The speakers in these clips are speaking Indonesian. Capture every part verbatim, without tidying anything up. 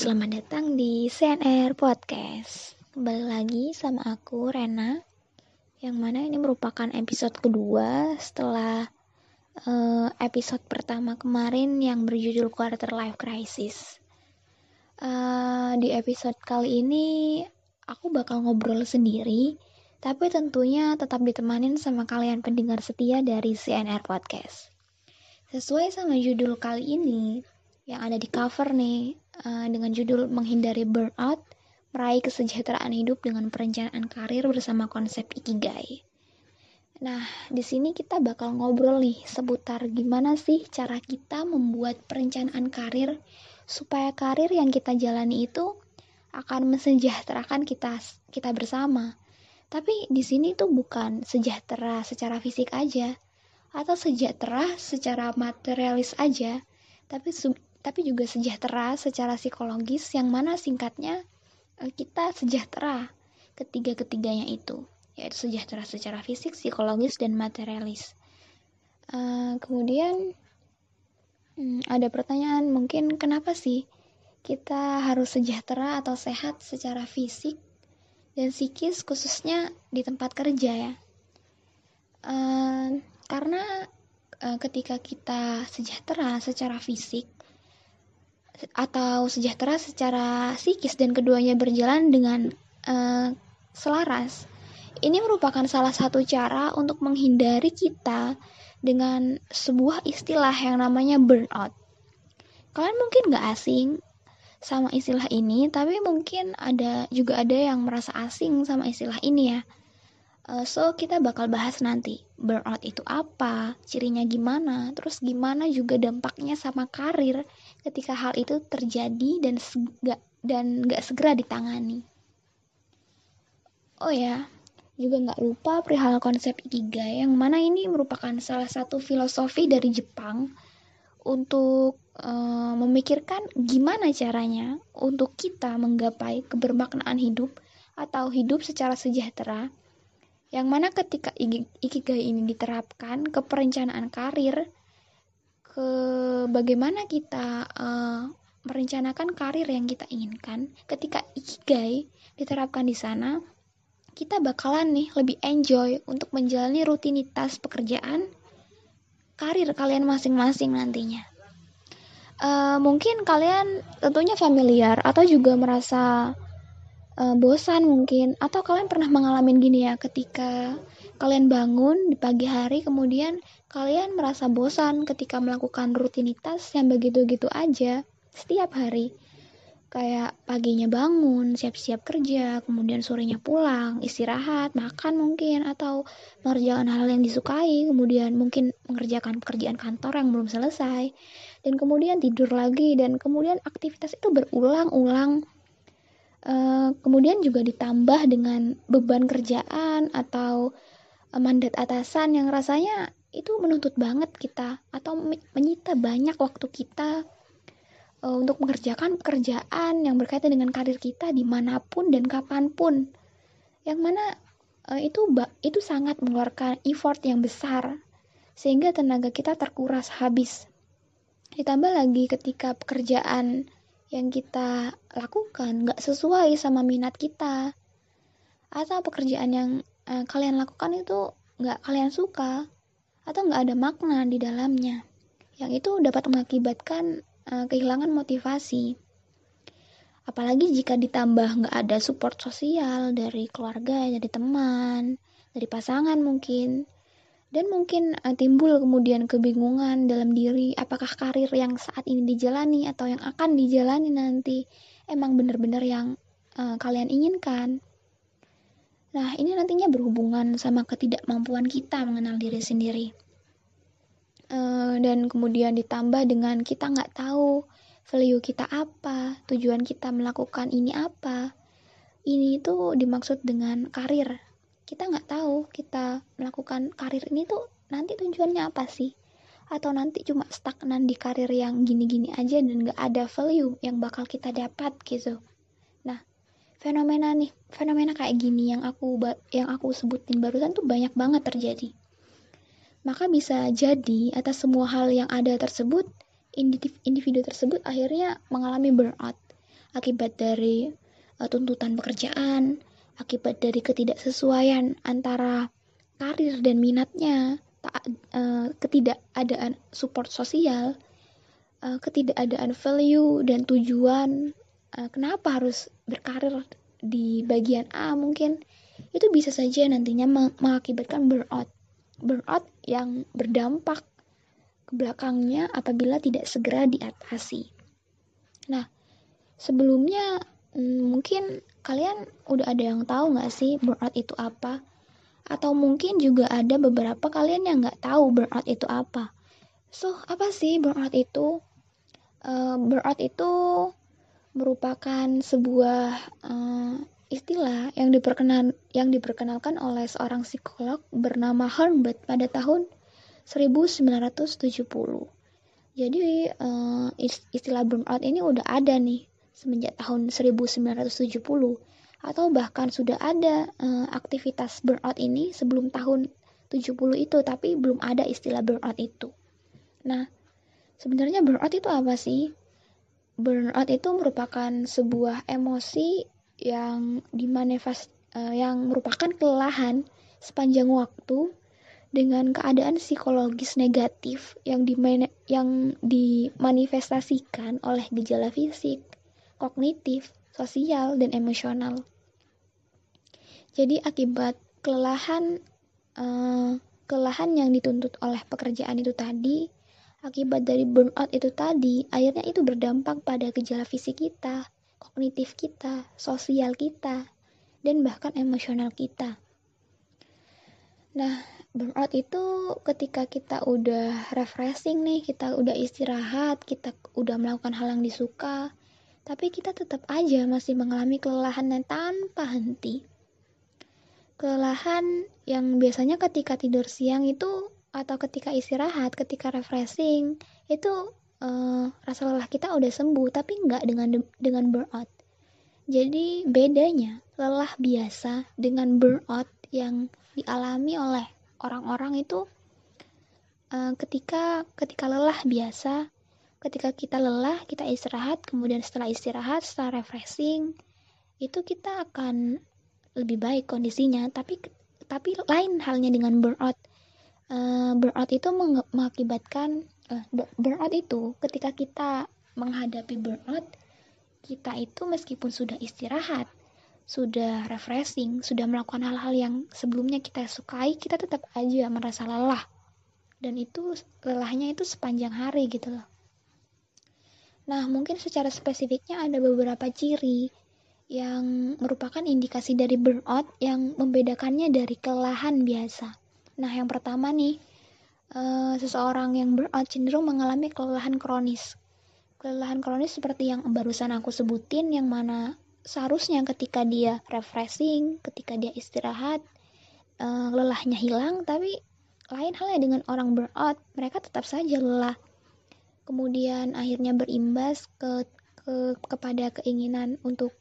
selamat datang di C N R Podcast. Kembali lagi sama aku, Rena, yang mana ini merupakan episode kedua setelah uh, episode pertama kemarin yang berjudul Quarter Life Crisis. Uh, di episode kali ini aku bakal ngobrol sendiri, tapi tentunya tetap ditemanin sama kalian pendengar setia dari C N R Podcast. Sesuai sama judul kali ini yang ada di cover nih, uh, dengan judul Menghindari Burnout, Meraih Kesejahteraan Hidup dengan Perencanaan Karir bersama konsep Ikigai. Nah, di sini kita bakal ngobrol nih seputar gimana sih cara kita membuat perencanaan karir supaya karir yang kita jalani itu akan mensejahterakan kita kita bersama. Tapi di sini tuh bukan sejahtera secara fisik aja atau sejahtera secara materialis aja, tapi sub tapi juga sejahtera secara psikologis, yang mana singkatnya kita sejahtera ketiga-ketiganya itu, yaitu sejahtera secara fisik, psikologis, dan materialis. Uh, kemudian hmm, ada pertanyaan, mungkin kenapa sih kita harus sejahtera atau sehat secara fisik dan psikis, khususnya di tempat kerja ya? Uh, karena uh, ketika kita sejahtera secara fisik atau sejahtera secara psikis dan keduanya berjalan dengan uh, selaras, ini merupakan salah satu cara untuk menghindari kita dengan sebuah istilah yang namanya burnout. Kalian mungkin gak asing sama istilah ini, tapi mungkin ada juga ada yang merasa asing sama istilah ini ya. Uh, so kita bakal bahas nanti burnout itu apa, cirinya gimana, terus gimana juga dampaknya sama karir ketika hal itu terjadi dan sega, dan gak segera ditangani. Oh ya, juga gak lupa perihal konsep Ikigai, yang mana ini merupakan salah satu filosofi dari Jepang untuk uh, memikirkan gimana caranya untuk kita menggapai kebermaknaan hidup atau hidup secara sejahtera, yang mana ketika Ikigai ini diterapkan ke perencanaan karir, ke bagaimana kita uh, merencanakan karir yang kita inginkan, ketika Ikigai diterapkan di sana, kita bakalan nih lebih enjoy untuk menjalani rutinitas pekerjaan karir kalian masing-masing nantinya. Uh, mungkin kalian tentunya familiar atau juga merasa Uh, bosan mungkin, atau kalian pernah mengalami gini ya, ketika kalian bangun di pagi hari kemudian kalian merasa bosan ketika melakukan rutinitas yang begitu-gitu aja setiap hari, kayak paginya bangun siap-siap kerja, kemudian sorenya pulang istirahat, makan mungkin, atau mengerjakan hal yang disukai, kemudian mungkin mengerjakan pekerjaan kantor yang belum selesai, dan kemudian tidur lagi, dan kemudian aktivitas itu berulang-ulang. Uh, kemudian juga ditambah dengan beban kerjaan atau uh, mandat atasan yang rasanya itu menuntut banget kita atau menyita banyak waktu kita uh, untuk mengerjakan pekerjaan yang berkaitan dengan karir kita dimanapun dan kapanpun, yang mana uh, itu itu sangat mengeluarkan effort yang besar sehingga tenaga kita terkuras habis. Ditambah lagi ketika pekerjaan yang kita lakukan gak sesuai sama minat kita, atau pekerjaan yang uh, kalian lakukan itu gak kalian suka, atau gak ada makna di dalamnya, yang itu dapat mengakibatkan uh, kehilangan motivasi. Apalagi jika ditambah gak ada support sosial dari keluarga, dari teman, dari pasangan mungkin. Dan mungkin uh, timbul kemudian kebingungan dalam diri, apakah karir yang saat ini dijalani atau yang akan dijalani nanti emang benar-benar yang uh, kalian inginkan. Nah, ini nantinya berhubungan sama ketidakmampuan kita mengenal diri sendiri. Uh, dan kemudian ditambah dengan kita nggak tahu value kita apa, tujuan kita melakukan ini apa. Ini tuh dimaksud dengan karir. Kita nggak tahu kita melakukan karir ini tuh nanti tujuannya apa sih, atau nanti cuma stagnan di karir yang gini-gini aja dan nggak ada value yang bakal kita dapat gitu. Nah, fenomena nih fenomena kayak gini yang aku yang aku sebutin barusan tuh banyak banget terjadi. Maka bisa jadi atas semua hal yang ada tersebut, individu tersebut akhirnya mengalami burnout akibat dari uh, tuntutan pekerjaan, akibat dari ketidaksesuaian antara karir dan minatnya, tak, uh, ketidakadaan support sosial, uh, ketidakadaan value dan tujuan, uh, kenapa harus berkarir di bagian A mungkin, itu bisa saja nantinya mengakibatkan burnout. Burnout yang berdampak ke belakangnya apabila tidak segera diatasi. Nah, sebelumnya mungkin kalian udah ada yang tahu nggak sih burnout itu apa? Atau mungkin juga ada beberapa kalian yang nggak tahu burnout itu apa. So, apa sih burnout itu? Uh, burnout itu merupakan sebuah uh, istilah yang diperkenal yang diperkenalkan oleh seorang psikolog bernama Hornberg pada tahun seribu sembilan ratus tujuh puluh. Jadi uh, istilah burnout ini udah ada nih semenjak tahun seribu sembilan ratus tujuh puluh, atau bahkan sudah ada uh, aktivitas burnout ini sebelum tahun tujuh puluh itu, tapi belum ada istilah burnout itu. Nah, sebenarnya burnout itu apa sih? Burnout itu merupakan sebuah emosi yang dimanifest uh, yang merupakan kelelahan sepanjang waktu dengan keadaan psikologis negatif yang dimana, yang dimanifestasikan oleh gejala fisik, kognitif, sosial, dan emosional. Jadi akibat kelelahan uh, kelelahan yang dituntut oleh pekerjaan itu tadi, akibat dari burnout itu tadi, akhirnya itu berdampak pada gejala fisik kita, kognitif kita, sosial kita, dan bahkan emosional kita. Nah, burnout itu ketika kita udah refreshing nih, kita udah istirahat, kita udah melakukan hal yang disuka, tapi kita tetap aja masih mengalami kelelahan yang tanpa henti. Kelelahan yang biasanya ketika tidur siang itu atau ketika istirahat, ketika refreshing, itu uh, rasa lelah kita udah sembuh, tapi nggak dengan dengan burnout. Jadi bedanya lelah biasa dengan burnout yang dialami oleh orang-orang itu uh, ketika ketika lelah biasa, ketika kita lelah, kita istirahat, kemudian setelah istirahat, setelah refreshing, itu kita akan lebih baik kondisinya, tapi tapi lain halnya dengan burnout. Uh, burnout itu meng- mengakibatkan uh, burnout itu ketika kita menghadapi burnout, kita itu meskipun sudah istirahat, sudah refreshing, sudah melakukan hal-hal yang sebelumnya kita sukai, kita tetap aja merasa lelah, dan itu lelahnya itu sepanjang hari gitu loh. Nah, mungkin secara spesifiknya ada beberapa ciri yang merupakan indikasi dari burnout yang membedakannya dari kelelahan biasa. Nah, yang pertama nih, uh, seseorang yang burnout cenderung mengalami kelelahan kronis. Kelelahan kronis seperti yang barusan aku sebutin, yang mana seharusnya ketika dia refreshing, ketika dia istirahat, uh, lelahnya hilang, tapi lain halnya dengan orang burnout, mereka tetap saja lelah. Kemudian akhirnya berimbas ke, ke kepada keinginan untuk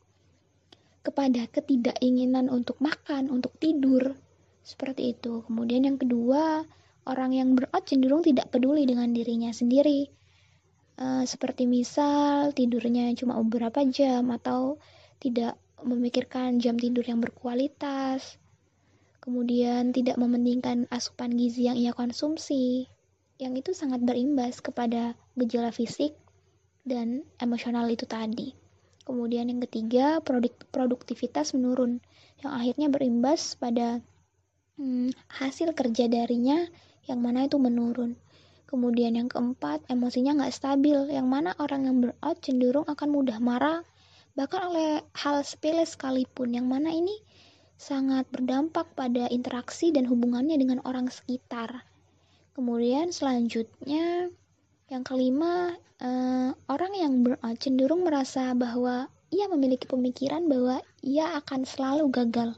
kepada ketidakinginan untuk makan, untuk tidur. Seperti itu. Kemudian yang kedua, orang yang burnout cenderung tidak peduli dengan dirinya sendiri. Uh, seperti misal tidurnya cuma beberapa jam atau tidak memikirkan jam tidur yang berkualitas. Kemudian tidak mementingkan asupan gizi yang ia konsumsi. Yang itu sangat berimbas kepada gejala fisik dan emosional itu tadi. Kemudian yang ketiga, produk- produktivitas menurun, yang akhirnya berimbas pada Hmm, hasil kerja darinya yang mana itu menurun. Kemudian yang keempat, emosinya nggak stabil, yang mana orang yang burnout cenderung akan mudah marah, bahkan oleh hal sepele sekalipun, yang mana ini sangat berdampak pada interaksi dan hubungannya dengan orang sekitar. Kemudian selanjutnya, yang kelima, eh, orang yang burnout cenderung merasa bahwa ia memiliki pemikiran bahwa ia akan selalu gagal.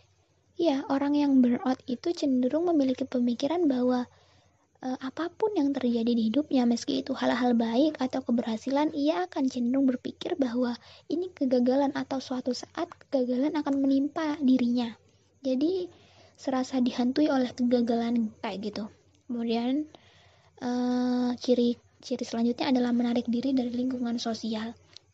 Ya, orang yang burnout itu cenderung memiliki pemikiran bahwa e, apapun yang terjadi di hidupnya, meski itu hal-hal baik atau keberhasilan, ia akan cenderung berpikir bahwa ini kegagalan atau suatu saat kegagalan akan menimpa dirinya. Jadi, serasa dihantui oleh kegagalan kayak gitu. Kemudian, e, ciri ciri selanjutnya adalah menarik diri dari lingkungan sosial.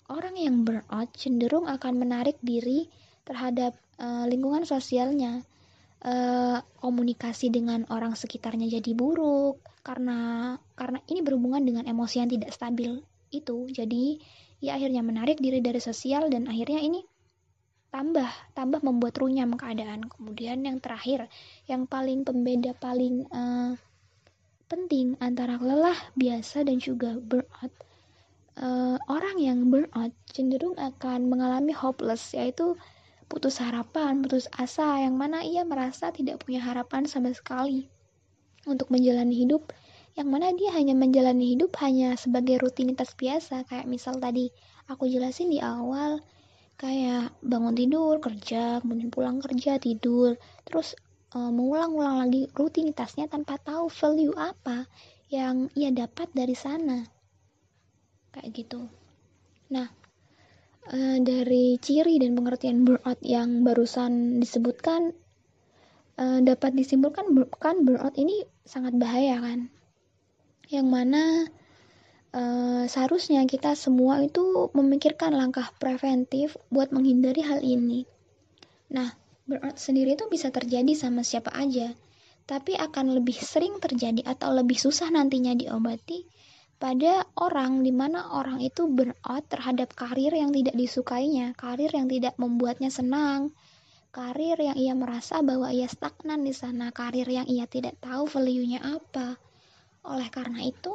orang yang burnout cenderung akan menarik diri terhadap uh, lingkungan sosialnya. Uh, komunikasi dengan orang sekitarnya jadi buruk karena karena ini berhubungan dengan emosi yang tidak stabil itu. Jadi ya akhirnya menarik diri dari sosial dan akhirnya ini tambah tambah membuat runyam keadaan. Kemudian yang terakhir, yang paling pembeda paling uh, penting antara lelah biasa dan juga burnout. Uh, orang yang burnout cenderung akan mengalami hopeless, yaitu putus harapan, putus asa, yang mana ia merasa tidak punya harapan sama sekali untuk menjalani hidup, yang mana dia hanya menjalani hidup hanya sebagai rutinitas biasa, kayak misal tadi aku jelasin di awal, kayak bangun tidur, kerja, kemudian pulang kerja, tidur, terus e, mengulang-ulang lagi rutinitasnya tanpa tahu value apa yang ia dapat dari sana, kayak gitu. Nah, Uh, dari ciri dan pengertian burnout yang barusan disebutkan, uh, dapat disimpulkan kan burnout ini sangat bahaya kan, yang mana uh, seharusnya kita semua itu memikirkan langkah preventif buat menghindari hal ini. Nah, burnout sendiri itu bisa terjadi sama siapa aja, tapi akan lebih sering terjadi atau lebih susah nantinya diobati pada orang di mana orang itu burnout terhadap karir yang tidak disukainya, karir yang tidak membuatnya senang, karir yang ia merasa bahwa ia stagnan di sana, karir yang ia tidak tahu value-nya apa. Oleh karena itu,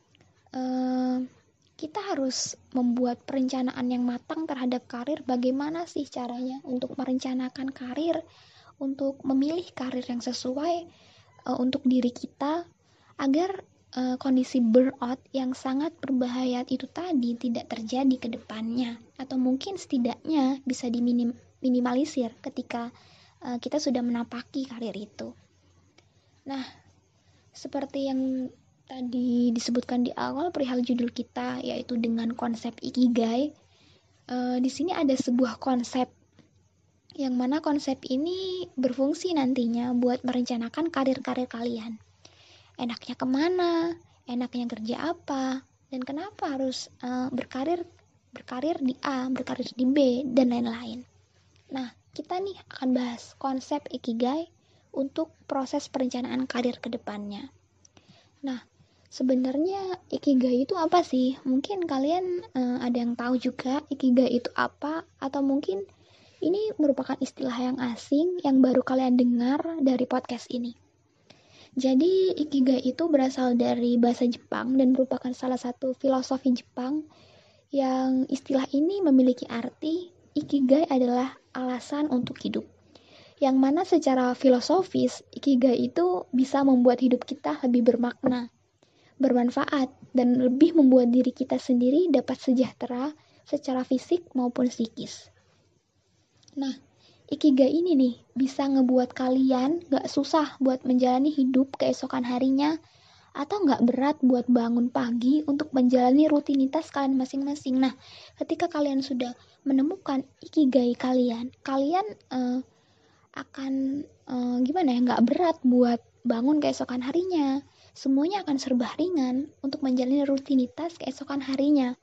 eh, kita harus membuat perencanaan yang matang terhadap karir. Bagaimana sih caranya untuk merencanakan karir, untuk memilih karir yang sesuai uh, untuk diri kita, agar Uh, kondisi burnout yang sangat berbahaya itu tadi tidak terjadi ke depannya, atau mungkin setidaknya bisa diminimalisir ketika uh, kita sudah menapaki karir itu. Nah, seperti yang tadi disebutkan di awal perihal judul kita, yaitu dengan konsep ikigai, uh, di sini ada sebuah konsep yang mana konsep ini berfungsi nantinya buat merencanakan karir-karir kalian. Enaknya kemana, enaknya kerja apa, dan kenapa harus uh, berkarir berkarir di A, berkarir di B, dan lain-lain. Nah, kita nih akan bahas konsep ikigai untuk proses perencanaan karir ke depannya. Nah, sebenarnya ikigai itu apa sih? Mungkin kalian uh, ada yang tahu juga ikigai itu apa, atau mungkin ini merupakan istilah yang asing yang baru kalian dengar dari podcast ini. Jadi ikigai itu berasal dari bahasa Jepang dan merupakan salah satu filosofi Jepang yang istilah ini memiliki arti ikigai adalah alasan untuk hidup. Yang mana secara filosofis ikigai itu bisa membuat hidup kita lebih bermakna, bermanfaat, dan lebih membuat diri kita sendiri dapat sejahtera secara fisik maupun psikis. Nah, ikigai ini nih bisa ngebuat kalian gak susah buat menjalani hidup keesokan harinya, atau gak berat buat bangun pagi untuk menjalani rutinitas kalian masing-masing. Nah, ketika kalian sudah menemukan ikigai kalian, kalian uh, akan uh, gimana ya, gak berat buat bangun keesokan harinya. Semuanya akan serba ringan untuk menjalani rutinitas keesokan harinya.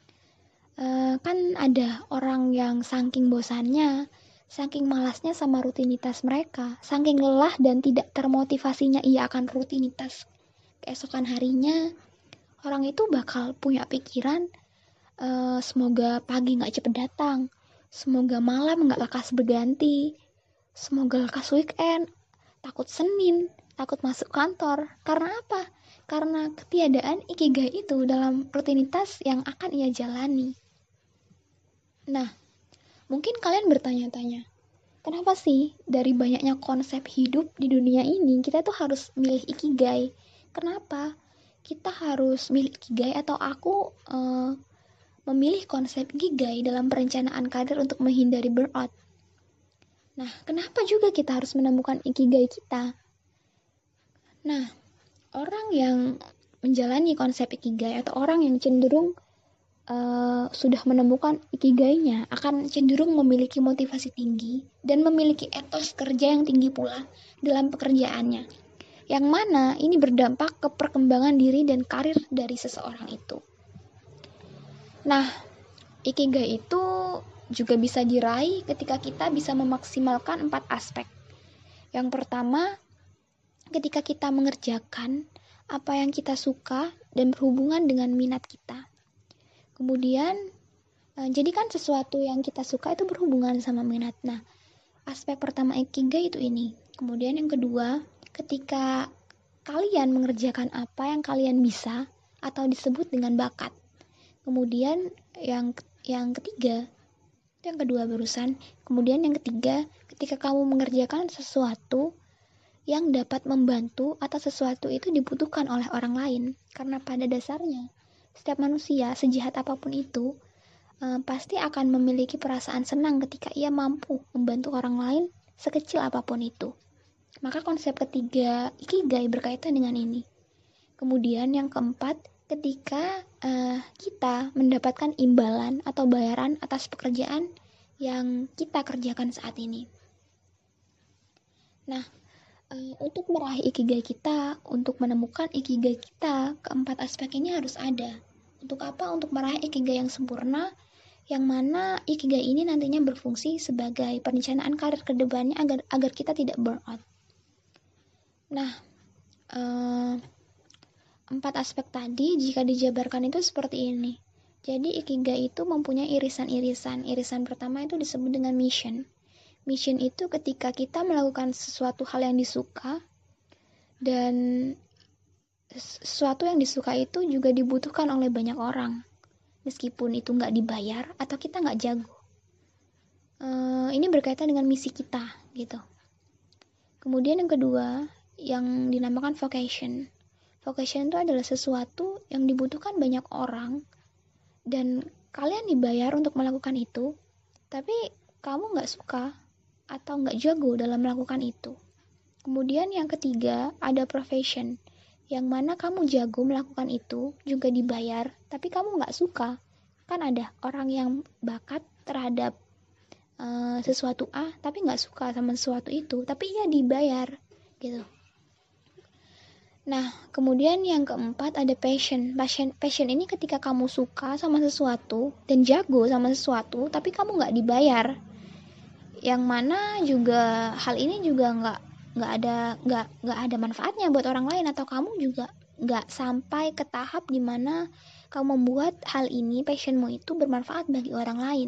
Uh, kan ada orang yang saking bosannya, saking malasnya sama rutinitas mereka, saking lelah dan tidak termotivasinya ia akan rutinitas keesokan harinya, orang itu bakal punya pikiran, e, semoga pagi gak cepet datang, semoga malam gak lekas berganti, semoga lekas weekend, takut Senin, takut masuk kantor. Karena apa? Karena ketiadaan ikigai itu dalam rutinitas yang akan ia jalani. Nah, mungkin kalian bertanya-tanya, kenapa sih dari banyaknya konsep hidup di dunia ini kita tuh harus milih ikigai? Kenapa kita harus milih ikigai, atau aku uh, memilih konsep ikigai dalam perencanaan karir untuk menghindari burnout? Nah, kenapa juga kita harus menemukan ikigai kita? Nah, orang yang menjalani konsep ikigai atau orang yang cenderung Uh, sudah menemukan ikigainya akan cenderung memiliki motivasi tinggi dan memiliki etos kerja yang tinggi pula dalam pekerjaannya, yang mana ini berdampak ke perkembangan diri dan karir dari seseorang itu. Nah, ikigai itu juga bisa diraih ketika kita bisa memaksimalkan empat aspek. Yang pertama, ketika kita mengerjakan apa yang kita suka dan berhubungan dengan minat kita. Kemudian, eh, jadikan sesuatu yang kita suka itu berhubungan sama minat. Nah, aspek pertama ikigai itu ini. Kemudian yang kedua, ketika kalian mengerjakan apa yang kalian bisa atau disebut dengan bakat. Kemudian yang yang ketiga, itu yang kedua barusan. Kemudian yang ketiga, ketika kamu mengerjakan sesuatu yang dapat membantu atau sesuatu itu dibutuhkan oleh orang lain. Karena pada dasarnya, setiap manusia, sejahat apapun itu, eh, pasti akan memiliki perasaan senang ketika ia mampu membantu orang lain sekecil apapun itu. Maka konsep ketiga ikigai berkaitan dengan ini. Kemudian yang keempat, ketika uh, kita mendapatkan imbalan atau bayaran atas pekerjaan yang kita kerjakan saat ini. Nah, uh, untuk meraih ikigai kita, untuk menemukan ikigai kita, keempat aspek ini harus ada. Untuk apa? Untuk meraih ikigai yang sempurna, yang mana ikigai ini nantinya berfungsi sebagai perencanaan karir ke depannya agar agar kita tidak burnout. Nah, uh, empat aspek tadi jika dijabarkan itu seperti ini. Jadi ikigai itu mempunyai irisan-irisan. Irisan pertama itu disebut dengan mission. Mission itu ketika kita melakukan sesuatu hal yang disuka dan sesuatu yang disuka itu juga dibutuhkan oleh banyak orang. Meskipun itu nggak dibayar atau kita nggak jago. Uh, ini berkaitan dengan misi kita gitu. Kemudian yang kedua yang dinamakan vocation. Vocation itu adalah sesuatu yang dibutuhkan banyak orang dan kalian dibayar untuk melakukan itu, tapi kamu nggak suka atau nggak jago dalam melakukan itu. Kemudian yang ketiga ada profession, yang mana kamu jago melakukan itu, juga dibayar, tapi kamu nggak suka. Kan ada orang yang bakat terhadap uh, sesuatu A, tapi nggak suka sama sesuatu itu, tapi ia dibayar gitu. Nah, kemudian yang keempat ada passion. Passion, passion ini ketika kamu suka sama sesuatu dan jago sama sesuatu, tapi kamu nggak dibayar. Yang mana juga hal ini juga nggak nggak ada nggak nggak ada manfaatnya buat orang lain, atau kamu juga nggak sampai ke tahap dimana kamu membuat hal ini passionmu itu bermanfaat bagi orang lain.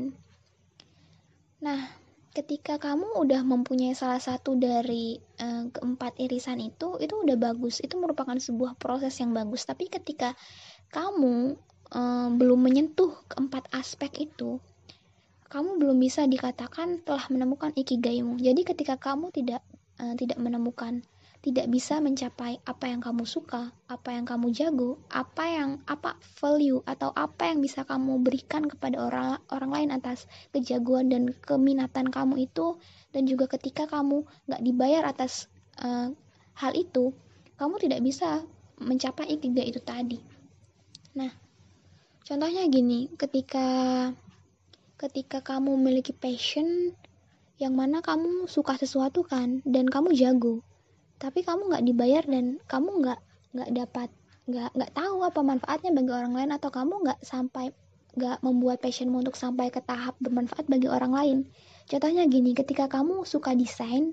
Nah, ketika kamu udah mempunyai salah satu dari uh, keempat irisan itu, itu udah bagus. Itu merupakan sebuah proses yang bagus. Tapi ketika kamu uh, belum menyentuh keempat aspek itu, kamu belum bisa dikatakan telah menemukan ikigaimu. Jadi ketika kamu tidak uh, tidak menemukan, tidak bisa mencapai apa yang kamu suka, apa yang kamu jago, apa yang apa value atau apa yang bisa kamu berikan kepada orang orang lain atas kejagoan dan keminatan kamu itu, dan juga ketika kamu nggak dibayar atas uh, hal itu, kamu tidak bisa mencapai ikigai itu tadi. Nah, contohnya gini, ketika ketika kamu memiliki passion yang mana kamu suka sesuatu kan, dan kamu jago, tapi kamu nggak dibayar dan kamu nggak nggak dapat nggak nggak tahu apa manfaatnya bagi orang lain, atau kamu nggak sampai nggak membuat passionmu untuk sampai ke tahap bermanfaat bagi orang lain. Contohnya gini, ketika kamu suka desain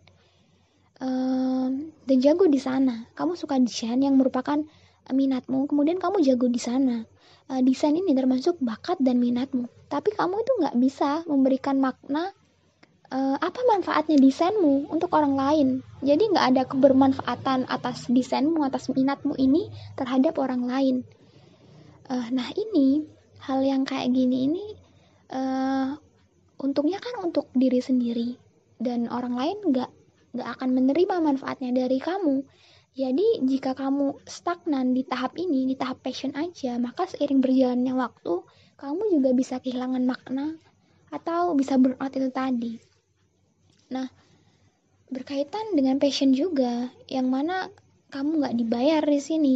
um, dan jago di sana, kamu suka desain yang merupakan minatmu, kemudian kamu jago di sana. Uh, desain ini termasuk bakat dan minatmu, tapi kamu itu nggak bisa memberikan makna Uh, apa manfaatnya desainmu untuk orang lain. Jadi nggak ada kebermanfaatan atas desainmu, atas minatmu ini terhadap orang lain. Uh, nah ini, hal yang kayak gini ini uh, untungnya kan untuk diri sendiri, dan orang lain nggak nggak akan menerima manfaatnya dari kamu. Jadi jika kamu stagnan di tahap ini, di tahap passion aja, maka seiring berjalannya waktu, kamu juga bisa kehilangan makna atau bisa burnout itu tadi. Nah, berkaitan dengan passion juga, yang mana kamu nggak dibayar di sini.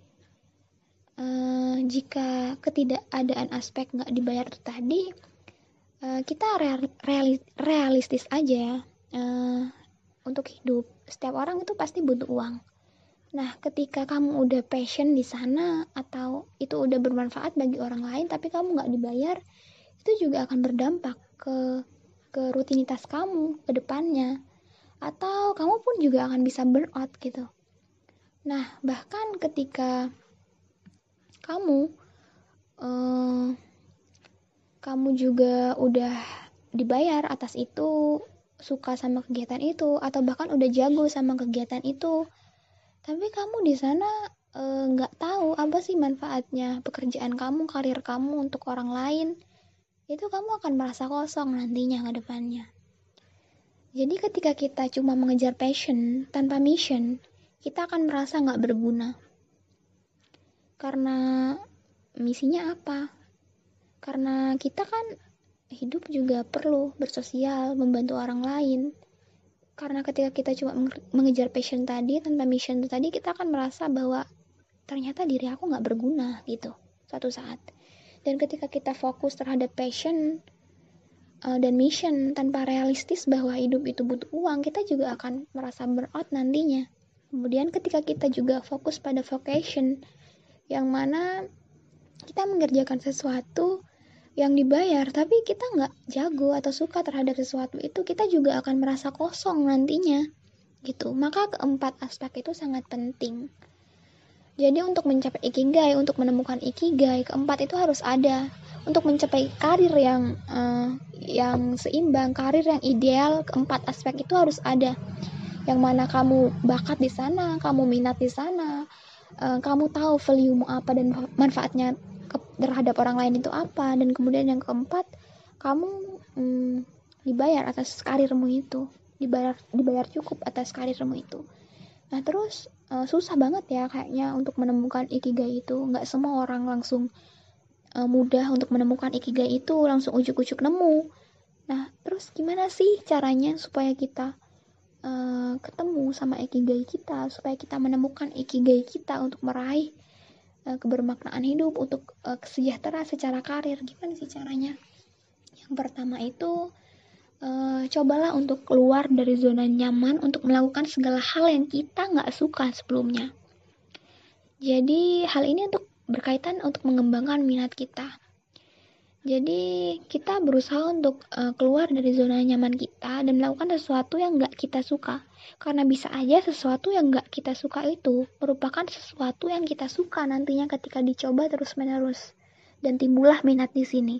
Uh, jika ketidakadaan aspek nggak dibayar itu tadi, uh, kita real, real, realistis aja ya. Uh, untuk hidup, setiap orang itu pasti butuh uang. Nah, ketika kamu udah passion di sana atau itu udah bermanfaat bagi orang lain, tapi kamu nggak dibayar, itu juga akan berdampak ke ke rutinitas kamu ke depannya, atau kamu pun juga akan bisa burnout gitu. Nah, bahkan ketika kamu eh, kamu juga udah dibayar atas itu, suka sama kegiatan itu, atau bahkan udah jago sama kegiatan itu, tapi kamu di sana nggak e, tahu apa sih manfaatnya pekerjaan kamu, karir kamu untuk orang lain, itu kamu akan merasa kosong nantinya ke depannya. Jadi ketika kita cuma mengejar passion tanpa mission, kita akan merasa nggak berguna. Karena misinya apa? Karena kita kan hidup juga perlu bersosial, membantu orang lain. Karena ketika kita cuma mengejar passion tadi tanpa mission tadi, kita akan merasa bahwa ternyata diri aku nggak berguna gitu suatu saat. Dan ketika kita fokus terhadap passion uh, dan mission tanpa realistis bahwa hidup itu butuh uang, kita juga akan merasa burnout nantinya. Kemudian ketika kita juga fokus pada vocation, yang mana kita mengerjakan sesuatu yang dibayar, tapi kita nggak jago atau suka terhadap sesuatu itu, kita juga akan merasa kosong nantinya gitu. Maka keempat aspek itu sangat penting. Jadi untuk mencapai ikigai, untuk menemukan ikigai, keempat itu harus ada. Untuk mencapai karir yang uh, yang seimbang, karir yang ideal, keempat aspek itu harus ada. Yang mana kamu bakat di sana, kamu minat di sana, uh, kamu tahu value-mu apa dan manfaatnya terhadap orang lain itu apa. Dan kemudian yang keempat, kamu um, dibayar atas karirmu itu, dibayar dibayar cukup atas karirmu itu. Nah terus uh, susah banget ya kayaknya untuk menemukan ikigai itu. Nggak semua orang langsung uh, mudah untuk menemukan ikigai itu, langsung ujuk-ujuk nemu. Nah terus gimana sih caranya supaya kita uh, ketemu sama ikigai kita, supaya kita menemukan ikigai kita untuk meraih uh, kebermaknaan hidup, untuk uh, kesejahteraan secara karir. Gimana sih caranya? Yang pertama itu Uh, cobalah untuk keluar dari zona nyaman untuk melakukan segala hal yang kita nggak suka sebelumnya. Jadi hal ini untuk berkaitan untuk mengembangkan minat kita. Jadi kita berusaha untuk uh, keluar dari zona nyaman kita dan melakukan sesuatu yang nggak kita suka. Karena bisa aja sesuatu yang nggak kita suka itu merupakan sesuatu yang kita suka nantinya ketika dicoba terus-menerus, dan timbullah minat di sini.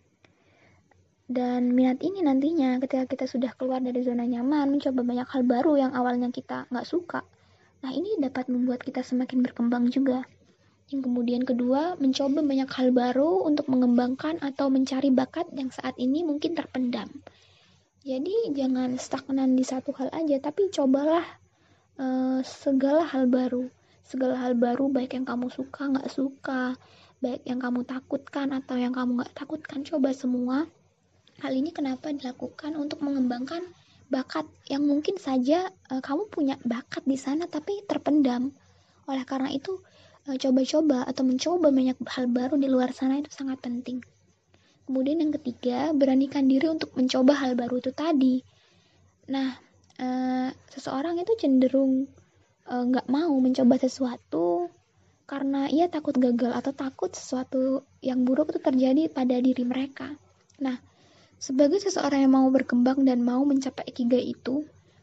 Dan minat ini nantinya ketika kita sudah keluar dari zona nyaman, mencoba banyak hal baru yang awalnya kita nggak suka, nah ini dapat membuat kita semakin berkembang juga. Yang kemudian kedua, mencoba banyak hal baru untuk mengembangkan atau mencari bakat yang saat ini mungkin terpendam. Jadi jangan stagnan di satu hal aja, tapi cobalah uh, segala hal baru. Segala hal baru, baik yang kamu suka, nggak suka, baik yang kamu takutkan atau yang kamu nggak takutkan, coba semua. Hal ini kenapa dilakukan? Untuk mengembangkan bakat yang mungkin saja uh, kamu punya bakat di sana tapi terpendam. Oleh karena itu, uh, coba-coba atau mencoba banyak hal baru di luar sana itu sangat penting. Kemudian yang ketiga, beranikan diri untuk mencoba hal baru itu tadi. Nah, uh, seseorang itu cenderung nggak uh, mau mencoba sesuatu karena ia takut gagal atau takut sesuatu yang buruk itu terjadi pada diri mereka. Nah, sebagai seseorang yang mau berkembang dan mau mencapai ikigai itu,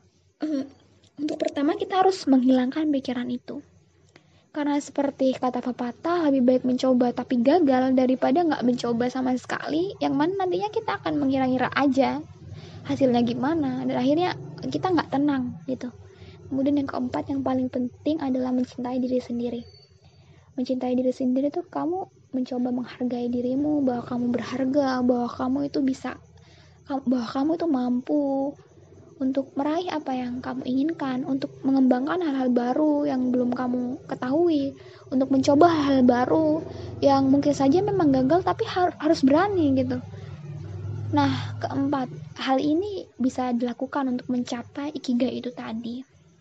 untuk pertama kita harus menghilangkan pikiran itu. Karena seperti kata pepatah, lebih baik mencoba tapi gagal daripada nggak mencoba sama sekali, yang mana nantinya kita akan mengira-ngira aja hasilnya gimana, dan akhirnya kita nggak tenang gitu. Kemudian yang keempat, yang paling penting adalah mencintai diri sendiri. Mencintai diri sendiri tuh kamu mencoba menghargai dirimu, bahwa kamu berharga, bahwa kamu itu bisa, bahwa kamu itu mampu untuk meraih apa yang kamu inginkan, untuk mengembangkan hal-hal baru yang belum kamu ketahui, untuk mencoba hal-hal baru yang mungkin saja memang gagal tapi har- harus berani gitu. Nah, keempat, hal ini bisa dilakukan untuk mencapai ikigai itu tadi.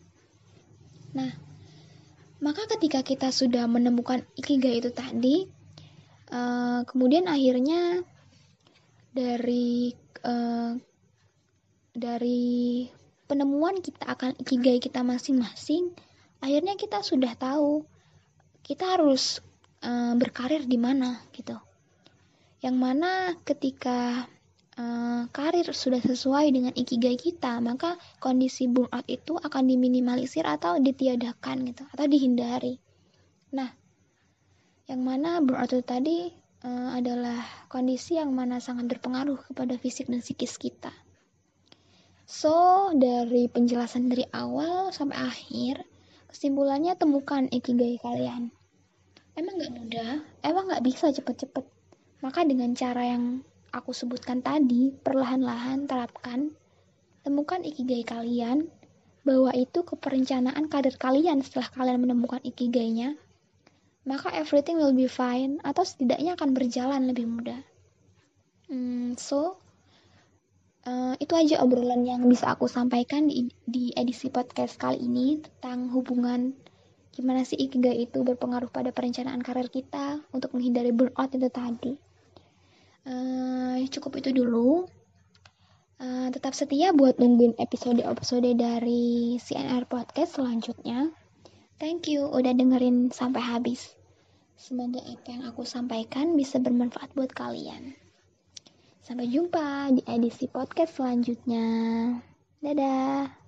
Nah, maka ketika kita sudah menemukan ikigai itu tadi, Uh, kemudian akhirnya dari uh, dari penemuan kita akan ikigai kita masing-masing, akhirnya kita sudah tahu kita harus uh, berkarir di mana gitu. Yang mana ketika uh, karir sudah sesuai dengan ikigai kita, maka kondisi burnout itu akan diminimalisir atau ditiadakan gitu, atau dihindari. Nah, yang mana burnout itu tadi uh, adalah kondisi yang mana sangat berpengaruh kepada fisik dan psikis kita. So, dari penjelasan dari awal sampai akhir, kesimpulannya temukan ikigai kalian. Emang gak mudah, emang gak bisa cepet-cepet. Maka dengan cara yang aku sebutkan tadi, perlahan-lahan terapkan, temukan ikigai kalian, bawa itu ke perencanaan karir kalian setelah kalian menemukan ikigainya, maka everything will be fine, atau setidaknya akan berjalan lebih mudah. Hmm, so, Uh, itu aja obrolan yang bisa aku sampaikan di, di edisi podcast kali ini tentang hubungan gimana sih ikigai itu berpengaruh pada perencanaan karir kita untuk menghindari burnout itu tadi. Uh, cukup itu dulu. Uh, tetap setia buat nungguin episode-episode dari C N R Podcast selanjutnya. Thank you udah dengerin sampai habis. Semoga apa yang aku sampaikan bisa bermanfaat buat kalian. Sampai jumpa di edisi podcast selanjutnya. Dadah.